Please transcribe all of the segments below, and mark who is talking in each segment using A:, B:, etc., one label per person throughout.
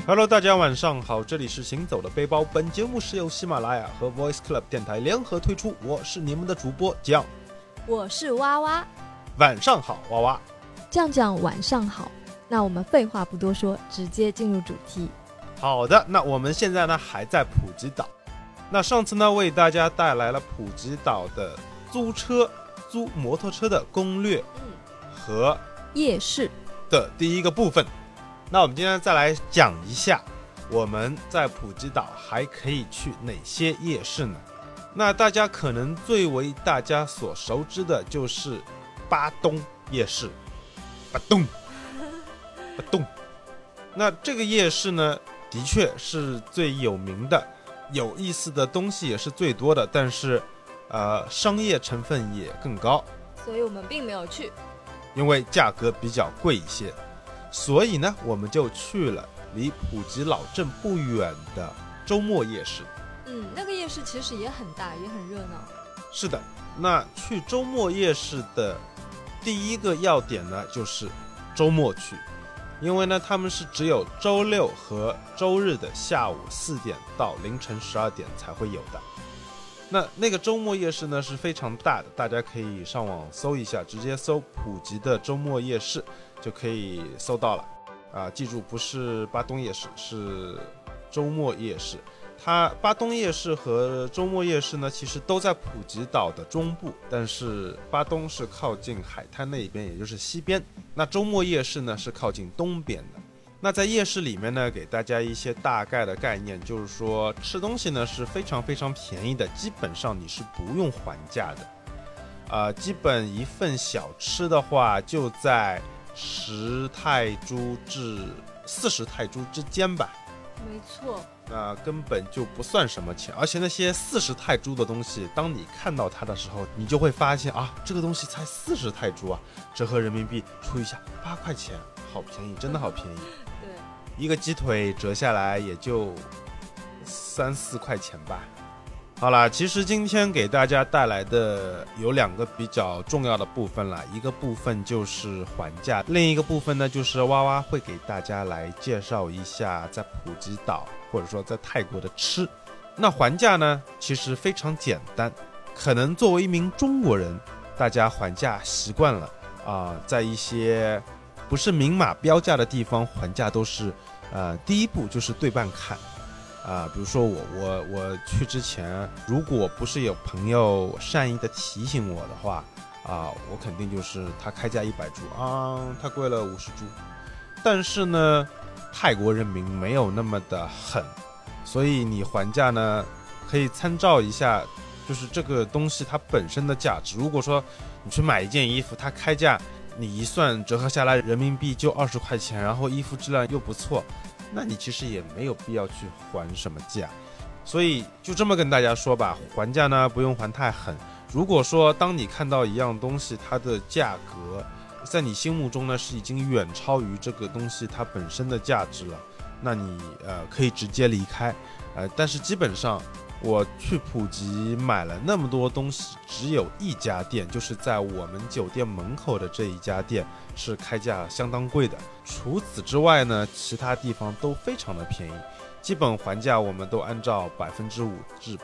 A: Hello， 大家晚上好，这里是行走的背包，本节目是由喜马拉雅和 Voice Club 电台联合推出，我是你们的主播酱，
B: 我是娃娃。
A: 晚上好，娃娃。
B: 酱晚上好，那我们废话不多说，直接进入主题。
A: 好的，那我们现在呢还在普吉岛。那上次呢为大家带来了普吉岛的租摩托车的攻略和
B: 夜市
A: 的第一个部分。那我们今天再来讲一下我们在普吉岛还可以去哪些夜市呢？那大家可能最为大家所熟知的就是巴东夜市。巴东那这个夜市呢的确是最有名的，有意思的东西也是最多的，但是商业成分也更高，
B: 所以我们并没有去，
A: 因为价格比较贵一些，所以呢我们就去了离普吉老镇不远的周末夜市。
B: 那个夜市其实也很大，也很热闹。
A: 是的，那去周末夜市的第一个要点呢就是周末去，因为呢他们是只有周六和周日的下午4点到凌晨12点才会有的。那个周末夜市呢是非常大的，大家可以上网搜一下，直接搜普吉的周末夜市就可以搜到了。记住不是巴东夜市，是周末夜市。它巴东夜市和周末夜市呢其实都在普吉岛的中部，但是巴东是靠近海滩那一边，也就是西边，那周末夜市呢是靠近东边的。那在夜市里面呢给大家一些大概的概念，就是说吃东西呢是非常非常便宜的，基本上你是不用还价的。基本一份小吃的话就在10泰铢至40泰铢之间吧。
B: 没错，
A: 那根本就不算什么钱，而且那些40泰铢的东西，当你看到它的时候，你就会发现这个东西才40泰铢啊，折合人民币除一下8块钱，好便宜，真的好便宜。
B: 对，
A: 一个鸡腿折下来也就3、4块钱吧。好啦，其实今天给大家带来的有2个比较重要的部分啦，一个部分就是还价，另一个部分呢就是娃娃会给大家来介绍一下在普吉岛或者说在泰国的吃。那还价呢其实非常简单，可能作为一名中国人，大家还价习惯了在一些不是明码标价的地方还价都是第一步就是对半砍。比如说我去之前，如果不是有朋友善意的提醒我的话，我肯定就是他开价100铢他贵了50铢。但是呢，泰国人民没有那么的狠，所以你还价呢，可以参照一下，就是这个东西它本身的价值。如果说你去买一件衣服，它开价你一算折合下来人民币就20块钱，然后衣服质量又不错，那你其实也没有必要去还什么价。所以就这么跟大家说吧，还价呢不用还太狠。如果说当你看到一样东西，它的价格在你心目中呢是已经远超于这个东西它本身的价值了，那你可以直接离开。但是基本上我去普吉买了那么多东西，只有一家店，就是在我们酒店门口的这一家店是开价相当贵的。除此之外呢，其他地方都非常的便宜，基本还价我们都按照5%至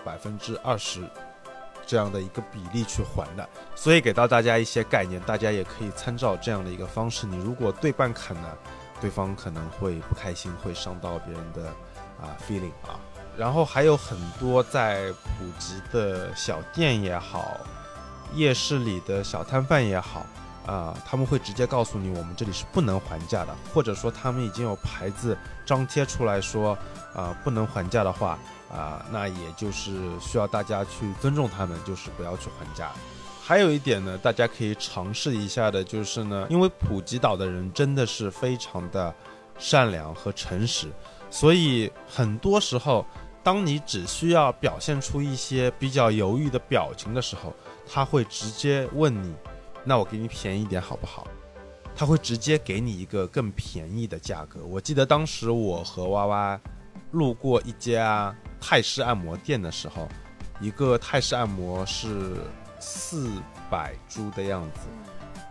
A: 20%这样的一个比例去还的。所以给到大家一些概念，大家也可以参照这样的一个方式。你如果对半砍呢，对方可能会不开心，会伤到别人的feeling。然后还有很多在普吉的小店也好，夜市里的小摊贩也好，他们会直接告诉你我们这里是不能还价的，或者说他们已经有牌子张贴出来说不能还价的话，那也就是需要大家去尊重他们，就是不要去还价。还有一点呢，大家可以尝试一下的就是呢，因为普吉岛的人真的是非常的善良和诚实，所以很多时候当你只需要表现出一些比较犹豫的表情的时候，他会直接问你，那我给你便宜一点好不好？他会直接给你一个更便宜的价格。我记得当时我和娃娃路过一家泰式按摩店的时候，一个泰式按摩是400铢的样子，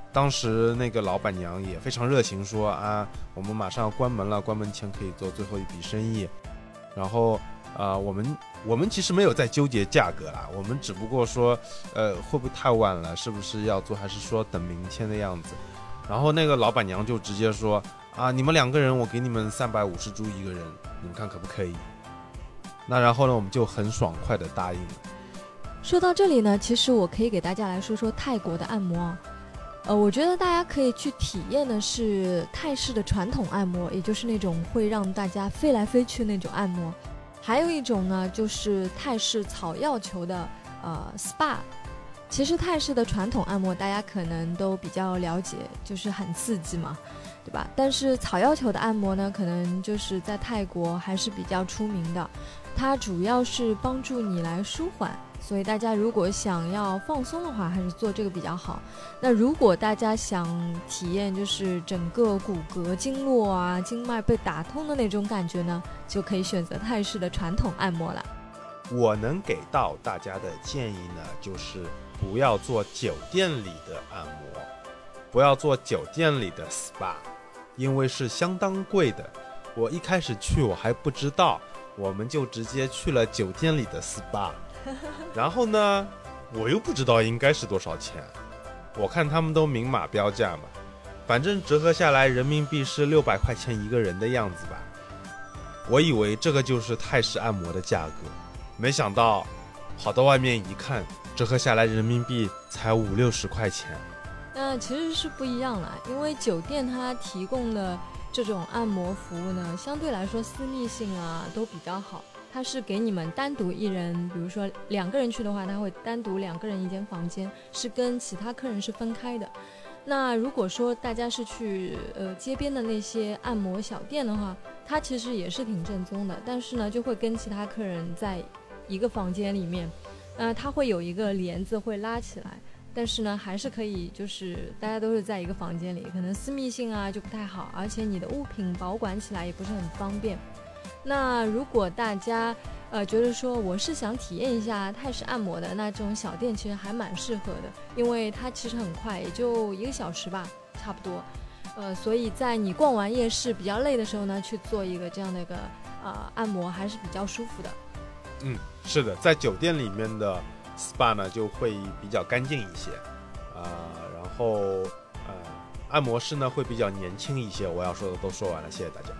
A: 当时那个老板娘也非常热情说啊，我们马上要关门了，关门前可以做最后一笔生意。然后我们其实没有在纠结价格啦，我们只不过说会不会太晚了，是不是要做，还是说等明天的样子。然后那个老板娘就直接说啊，你们2个人我给你们350铢一个人，你们看可不可以。那然后呢，我们就很爽快的答应了。
B: 说到这里呢，其实我可以给大家来说说泰国的按摩。我觉得大家可以去体验的是泰式的传统按摩，也就是那种会让大家飞来飞去那种按摩。还有一种呢，就是泰式草药球的SPA。其实泰式的传统按摩大家可能都比较了解，就是很刺激嘛，对吧？但是草药球的按摩呢，可能就是在泰国还是比较出名的，它主要是帮助你来舒缓，所以大家如果想要放松的话，还是做这个比较好。那如果大家想体验就是整个骨骼经络啊、经脉被打通的那种感觉呢，就可以选择泰式的传统按摩了。
A: 我能给到大家的建议呢，就是不要做酒店里的按摩，不要做酒店里的 SPA， 因为是相当贵的。我一开始去我还不知道，我们就直接去了酒店里的 SPA， 然后呢，我又不知道应该是多少钱，我看他们都明码标价嘛，反正折合下来人民币是600块钱一个人的样子吧。我以为这个就是泰式按摩的价格，没想到跑到外面一看，折合下来人民币才50-60块钱。
B: 那其实是不一样了，因为酒店它提供的这种按摩服务呢，相对来说私密性啊都比较好。它是给你们单独一人，比如说2个人去的话，它会单独2个人一间房间，是跟其他客人是分开的。那如果说大家是去街边的那些按摩小店的话，它其实也是挺正宗的，但是呢就会跟其他客人在一个房间里面，它会有一个帘子会拉起来，但是呢还是可以，就是大家都是在一个房间里，可能私密性啊就不太好，而且你的物品保管起来也不是很方便。那如果大家觉得说我是想体验一下泰式按摩的，那这种小店其实还蛮适合的，因为它其实很快，也就1个小时吧，差不多。所以在你逛完夜市比较累的时候呢，去做一个这样的一个按摩还是比较舒服的。
A: 是的，在酒店里面的 SPA 呢就会比较干净一些，然后按摩师呢会比较年轻一些。我要说的都说完了，谢谢大家。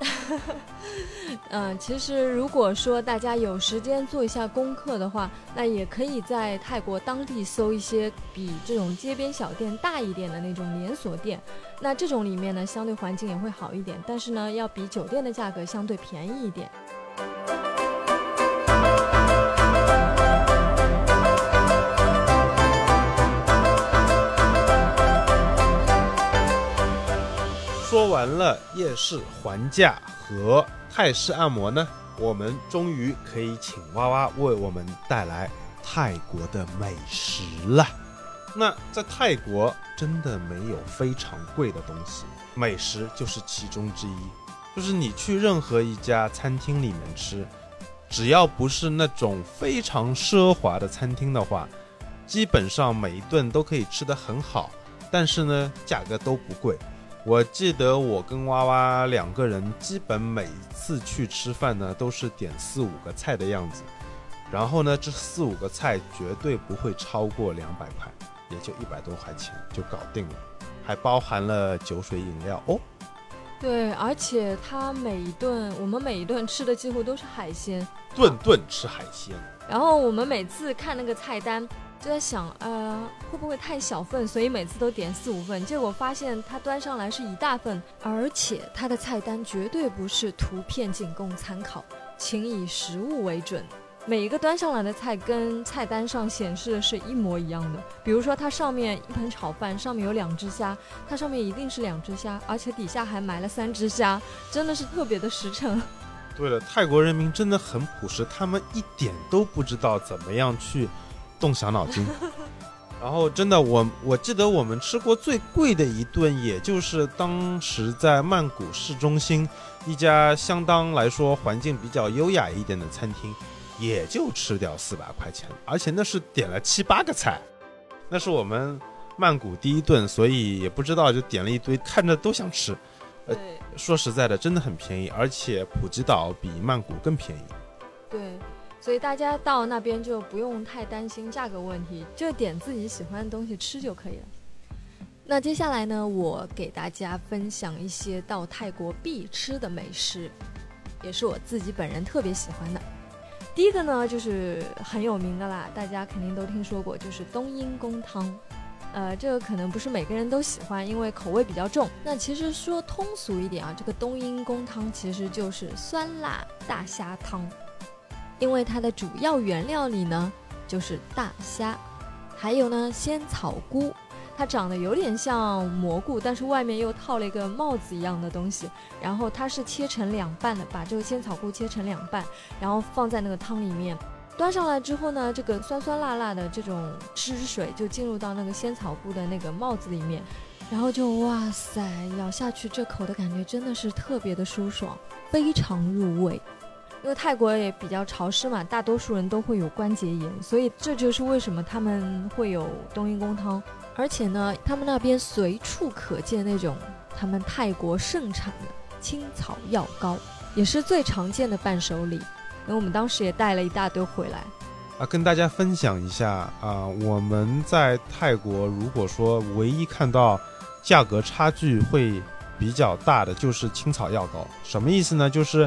B: 其实如果说大家有时间做一下功课的话，那也可以在泰国当地搜一些比这种街边小店大一点的那种连锁店，那这种里面呢相对环境也会好一点，但是呢要比酒店的价格相对便宜一点。
A: 说完了夜市还价和泰式按摩呢，我们终于可以请娃娃为我们带来泰国的美食了。那在泰国真的没有非常贵的东西，美食就是其中之一。就是你去任何一家餐厅里面吃，只要不是那种非常奢华的餐厅的话，基本上每一顿都可以吃得很好，但是呢价格都不贵。我记得我跟娃娃2个人基本每次去吃饭呢都是点4-5个菜的样子，然后呢这4-5个菜绝对不会超过200块，也就100多块钱就搞定了，还包含了酒水饮料哦。
B: 对，而且我们每一顿吃的几乎都是海鲜，
A: 顿顿吃海鲜。
B: 然后我们每次看那个菜单就在想会不会太小份，所以每次都点4-5份，结果发现它端上来是1大份，而且它的菜单绝对不是图片仅供参考，请以实物为准。每一个端上来的菜跟菜单上显示的是一模一样的，比如说它上面一盆炒饭上面有2只虾，它上面一定是2只虾，而且底下还埋了3只虾，真的是特别的实诚。
A: 对了，泰国人民真的很朴实，他们一点都不知道怎么样去动小脑筋。然后真的我记得我们吃过最贵的一顿，也就是当时在曼谷市中心一家相当来说环境比较优雅一点的餐厅，也就吃掉400块钱，而且那是点了7-8个菜。那是我们曼谷第一顿，所以也不知道就点了一堆，看着都想吃。
B: 对，
A: 说实在的，真的很便宜，而且普吉岛比曼谷更便宜。
B: 对，所以大家到那边就不用太担心价格问题，就点自己喜欢的东西吃就可以了。那接下来呢，我给大家分享一些到泰国必吃的美食，也是我自己本人特别喜欢的。第一个呢，就是很有名的啦，大家肯定都听说过，就是冬阴功汤。这个可能不是每个人都喜欢，因为口味比较重。那其实说通俗一点啊，这个冬阴功汤其实就是酸辣大虾汤，因为它的主要原料里呢就是大虾，还有呢仙草菇，它长得有点像蘑菇，但是外面又套了一个帽子一样的东西，然后它是切成两半的，把这个仙草菇切成两半，然后放在那个汤里面。端上来之后呢，这个酸酸辣辣的这种汁水就进入到那个仙草菇的那个帽子里面，然后就哇塞，咬下去这口的感觉真的是特别的舒爽，非常入味。因为泰国也比较潮湿嘛，大多数人都会有关节炎，所以这就是为什么他们会有冬阴功汤。而且呢，他们那边随处可见那种他们泰国盛产的青草药膏，也是最常见的伴手礼。因为我们当时也带了一大堆回来
A: 跟大家分享一下我们在泰国如果说唯一看到价格差距会比较大的就是青草药膏。什么意思呢？就是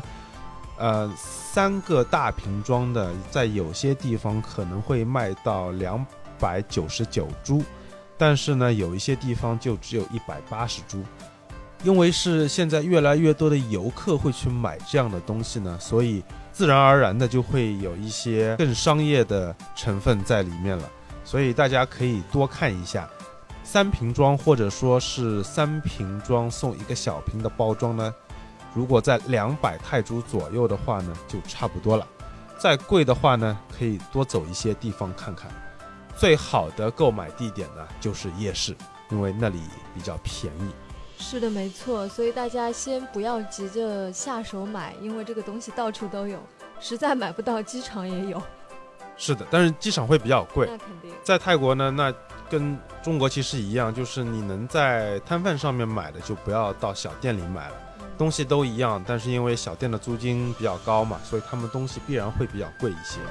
A: 3个大瓶装的，在有些地方可能会卖到299铢，但是呢有一些地方就只有180铢。因为是现在越来越多的游客会去买这样的东西呢，所以自然而然的就会有一些更商业的成分在里面了。所以大家可以多看一下3瓶装，或者说是3瓶装送1个小瓶的包装呢，如果在200泰铢左右的话呢就差不多了。再贵的话呢可以多走一些地方看看。最好的购买地点呢就是夜市，因为那里比较便宜。
B: 是的，没错，所以大家先不要急着下手买，因为这个东西到处都有，实在买不到机场也有。
A: 是的，但是机场会比较贵。
B: 那肯定。
A: 在泰国呢，那跟中国其实一样，就是你能在摊贩上面买的就不要到小店里买了。东西都一样，但是因为小店的租金比较高嘛，所以他们东西必然会比较贵一些。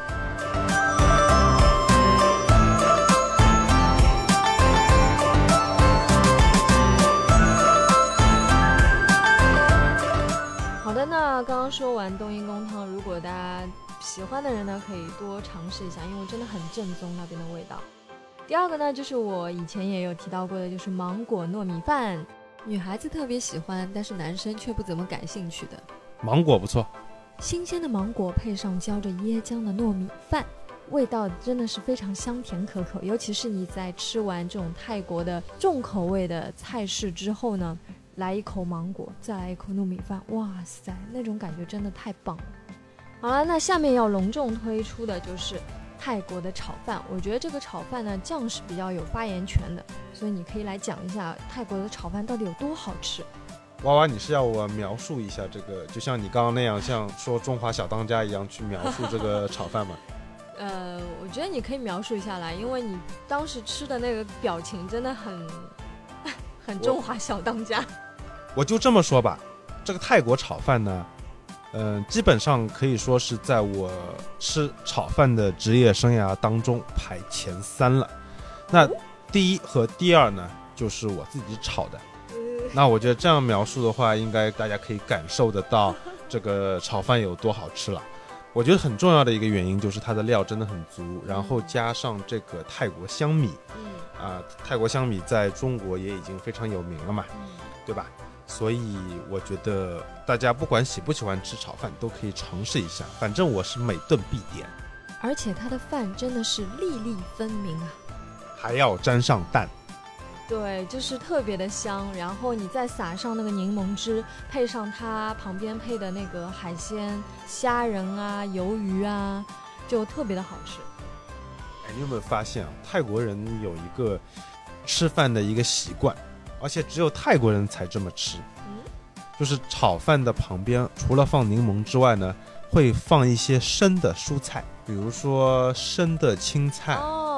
B: 那刚刚说完冬阴功汤，如果大家喜欢的人呢，可以多尝试一下，因为真的很正宗那边的味道。第二个呢，就是我以前也有提到过的，就是芒果糯米饭，女孩子特别喜欢，但是男生却不怎么感兴趣的。
A: 芒果不错，
B: 新鲜的芒果配上浇着椰浆的糯米饭，味道真的是非常香甜可口。尤其是你在吃完这种泰国的重口味的菜式之后呢，来一口芒果，再来一口糯米饭，哇塞，那种感觉真的太棒了。好了，那下面要隆重推出的就是泰国的炒饭。我觉得这个炒饭呢，酱是比较有发言权的，所以你可以来讲一下泰国的炒饭到底有多好吃。
A: 娃娃，你是要我描述一下这个，就像你刚刚那样，像说中华小当家一样去描述这个炒饭吗？
B: 我觉得你可以描述一下来，因为你当时吃的那个表情真的很中华小当家。
A: 我就这么说吧，这个泰国炒饭呢，基本上可以说是在我吃炒饭的职业生涯当中排前3了。那第1和第2呢，就是我自己炒的。那我觉得这样描述的话，应该大家可以感受得到这个炒饭有多好吃了。我觉得很重要的一个原因就是它的料真的很足，然后加上这个泰国香米，泰国香米在中国也已经非常有名了嘛，对吧？所以我觉得大家不管喜不喜欢吃炒饭都可以尝试一下，反正我是每顿必点。
B: 而且它的饭真的是粒粒分明啊，
A: 还要沾上蛋。
B: 对，就是特别的香，然后你再撒上那个柠檬汁，配上它旁边配的那个海鲜虾仁啊、鱿鱼啊，就特别的好吃。
A: 你有没有发现泰国人有一个吃饭的一个习惯，而且只有泰国人才这么吃，就是炒饭的旁边除了放柠檬之外呢，会放一些生的蔬菜，比如说生的青菜，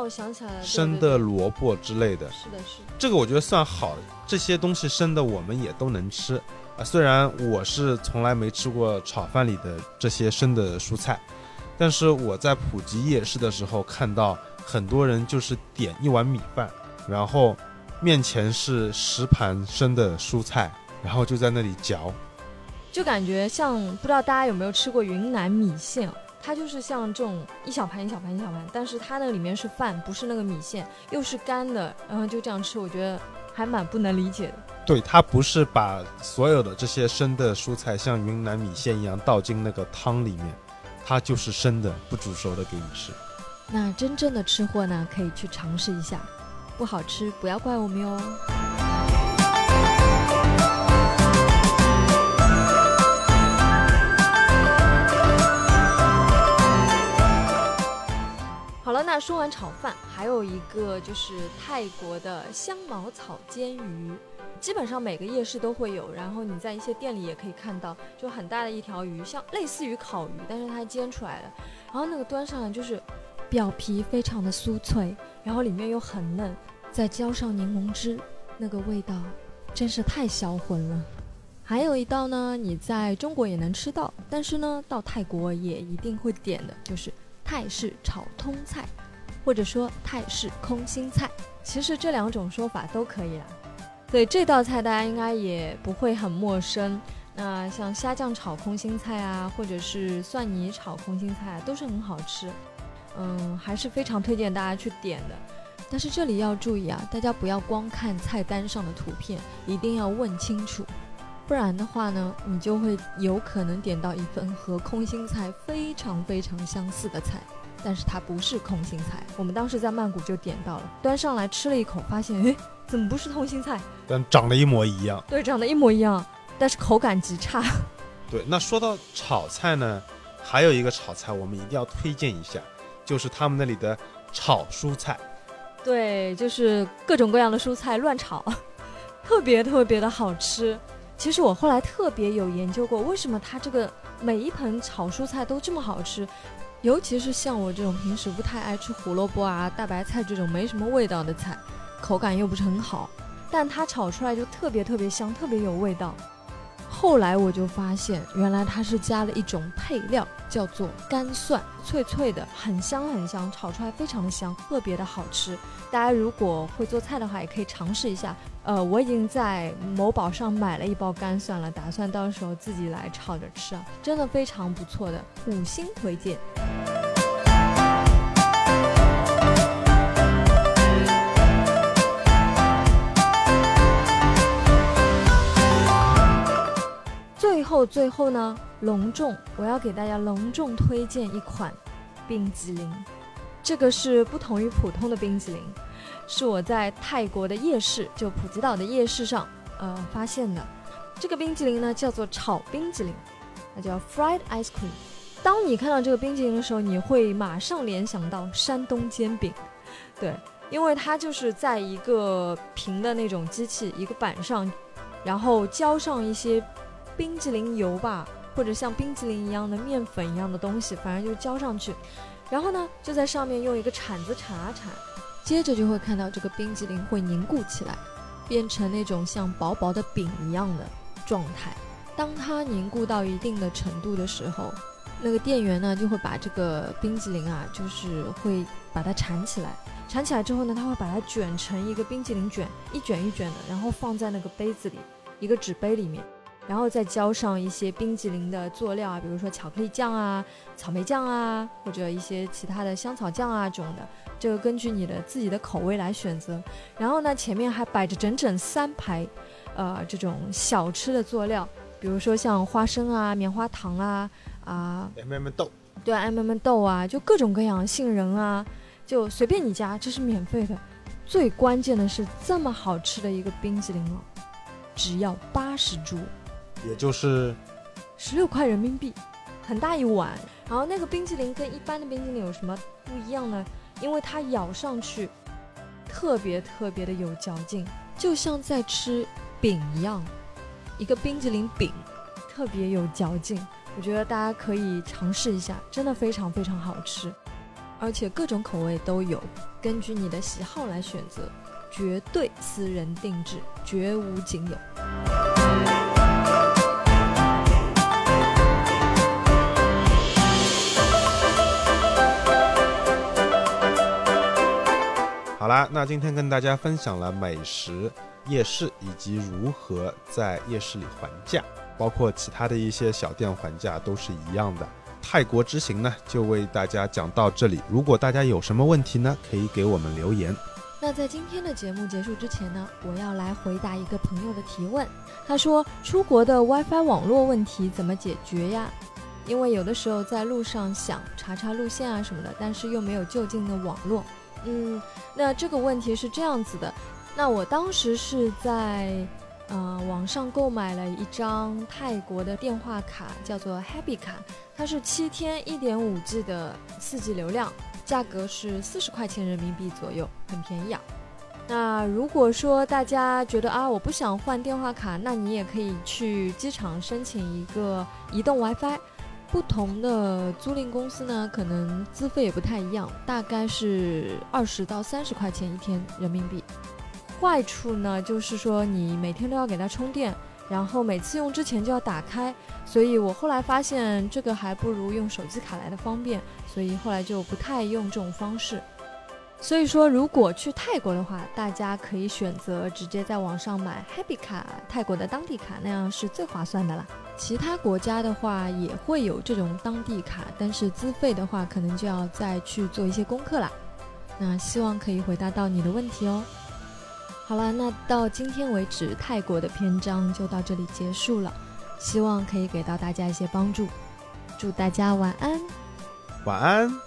B: 我想起来了，
A: 生的萝卜之类的。
B: 是的，是的。
A: 这个我觉得算好的，这些东西生的我们也都能吃啊。虽然我是从来没吃过炒饭里的这些生的蔬菜，但是我在普吉夜市的时候看到很多人就是点一碗米饭，然后面前是10盘生的蔬菜，然后就在那里嚼，
B: 就感觉像不知道大家有没有吃过云南米线，它就是像这种一小盘一小盘一小盘，但是它那个里面是饭，不是那个米线，又是干的，然后就这样吃，我觉得还蛮不能理解的。
A: 对，它不是把所有的这些生的蔬菜像云南米线一样倒进那个汤里面，它就是生的不煮熟的给你吃。
B: 那真正的吃货呢，可以去尝试一下，不好吃不要怪我们哟。好了，那说完炒饭，还有一个就是泰国的香茅草煎鱼，基本上每个夜市都会有，然后你在一些店里也可以看到，就很大的一条鱼，像类似于烤鱼，但是它煎出来的，然后那个端上来就是表皮非常的酥脆，然后里面又很嫩，再浇上柠檬汁，那个味道真是太销魂了。还有一道呢，你在中国也能吃到，但是呢，到泰国也一定会点的，就是泰式炒通菜，或者说泰式空心菜，其实这两种说法都可以啦。所以这道菜大家应该也不会很陌生。那像虾酱炒空心菜啊，或者是蒜泥炒空心菜啊，都是很好吃。还是非常推荐大家去点的。但是这里要注意啊，大家不要光看菜单上的图片，一定要问清楚，不然的话呢，你就会有可能点到一份和空心菜非常非常相似的菜，但是它不是空心菜。我们当时在曼谷就点到了，端上来吃了一口，发现诶，怎么不是空心菜？
A: 但长得一模一样。
B: 对，长得一模一样，但是口感极差。
A: 对，那说到炒菜呢，还有一个炒菜我们一定要推荐一下，就是他们那里的炒蔬菜。
B: 对，就是各种各样的蔬菜乱炒，特别特别的好吃。其实我后来特别有研究过，为什么它这个每一盆炒蔬菜都这么好吃，尤其是像我这种平时不太爱吃胡萝卜啊、大白菜这种没什么味道的菜，口感又不是很好，但它炒出来就特别特别香，特别有味道。后来我就发现，原来它是加了一种配料，叫做干蒜，脆脆的，很香很香，炒出来非常的香，特别的好吃。大家如果会做菜的话，也可以尝试一下。我已经在某宝上买了一包干蒜了，打算到时候自己来炒着吃啊，真的非常不错的，5星推荐。最后呢，我要给大家隆重推荐一款冰激凌。这个是不同于普通的冰激凌，是我在泰国的夜市，就普吉岛的夜市上发现的。这个冰激凌呢叫做炒冰激凌，它叫 fried ice cream。当你看到这个冰激凌的时候，你会马上联想到山东煎饼。对，因为它就是在一个平的那种机器，一个板上，然后浇上一些冰激凌油吧，或者像冰激凌一样的面粉一样的东西，反正就浇上去，然后呢就在上面用一个铲子铲啊铲，接着就会看到这个冰激凌会凝固起来，变成那种像薄薄的饼一样的状态。当它凝固到一定的程度的时候，那个店员呢就会把这个冰激凌啊，就是会把它缠起来，缠起来之后呢，他会把它卷成一个冰激凌卷，一卷一卷的，然后放在那个杯子里，一个纸杯里面，然后再浇上一些冰激凌的佐料啊，比如说巧克力酱啊、草莓酱啊，或者一些其他的香草酱啊这种的，这个根据你的自己的口味来选择。然后呢，前面还摆着整整3排这种小吃的佐料，比如说像花生啊、棉花糖啊
A: M&M 豆，
B: 对，M&M 豆啊，就各种各样，杏仁啊，就随便你加，这是免费的。最关键的是，这么好吃的一个冰激凌哦，只要80铢，
A: 也就是
B: 16块人民币，很大一碗。然后那个冰激凌跟一般的冰激凌有什么不一样呢？因为它咬上去特别特别的有嚼劲，就像在吃饼一样，一个冰激凌饼，特别有嚼劲。我觉得大家可以尝试一下，真的非常非常好吃。 而且各种口味都有，根据你的喜好来选择，绝对私人定制，绝无仅有。
A: 好啦，那今天跟大家分享了美食、夜市以及如何在夜市里还价，包括其他的一些小店还价都是一样的。泰国之行呢，就为大家讲到这里。如果大家有什么问题呢，可以给我们留言。
B: 那在今天的节目结束之前呢，我要来回答一个朋友的提问。他说，出国的 WiFi 网络问题怎么解决呀？因为有的时候在路上想查路线啊什么的，但是又没有就近的网络。那这个问题是这样子的，那我当时是在网上购买了一张泰国的电话卡，叫做 Happy 卡，它是7天 1.5G 的4G 流量，价格是40块钱人民币左右，很便宜啊。那如果说大家觉得我不想换电话卡，那你也可以去机场申请一个移动 WiFi。不同的租赁公司呢，可能资费也不太一样，大概是20到30块钱一天人民币。坏处呢，就是说你每天都要给它充电，然后每次用之前就要打开，所以我后来发现这个还不如用手机卡来的方便，所以后来就不太用这种方式。所以说如果去泰国的话，大家可以选择直接在网上买 Happy 卡，泰国的当地卡，那样是最划算的啦。其他国家的话也会有这种当地卡，但是资费的话可能就要再去做一些功课啦。那希望可以回答到你的问题哦。好了，那到今天为止，泰国的篇章就到这里结束了，希望可以给到大家一些帮助。祝大家晚安。
A: 晚安。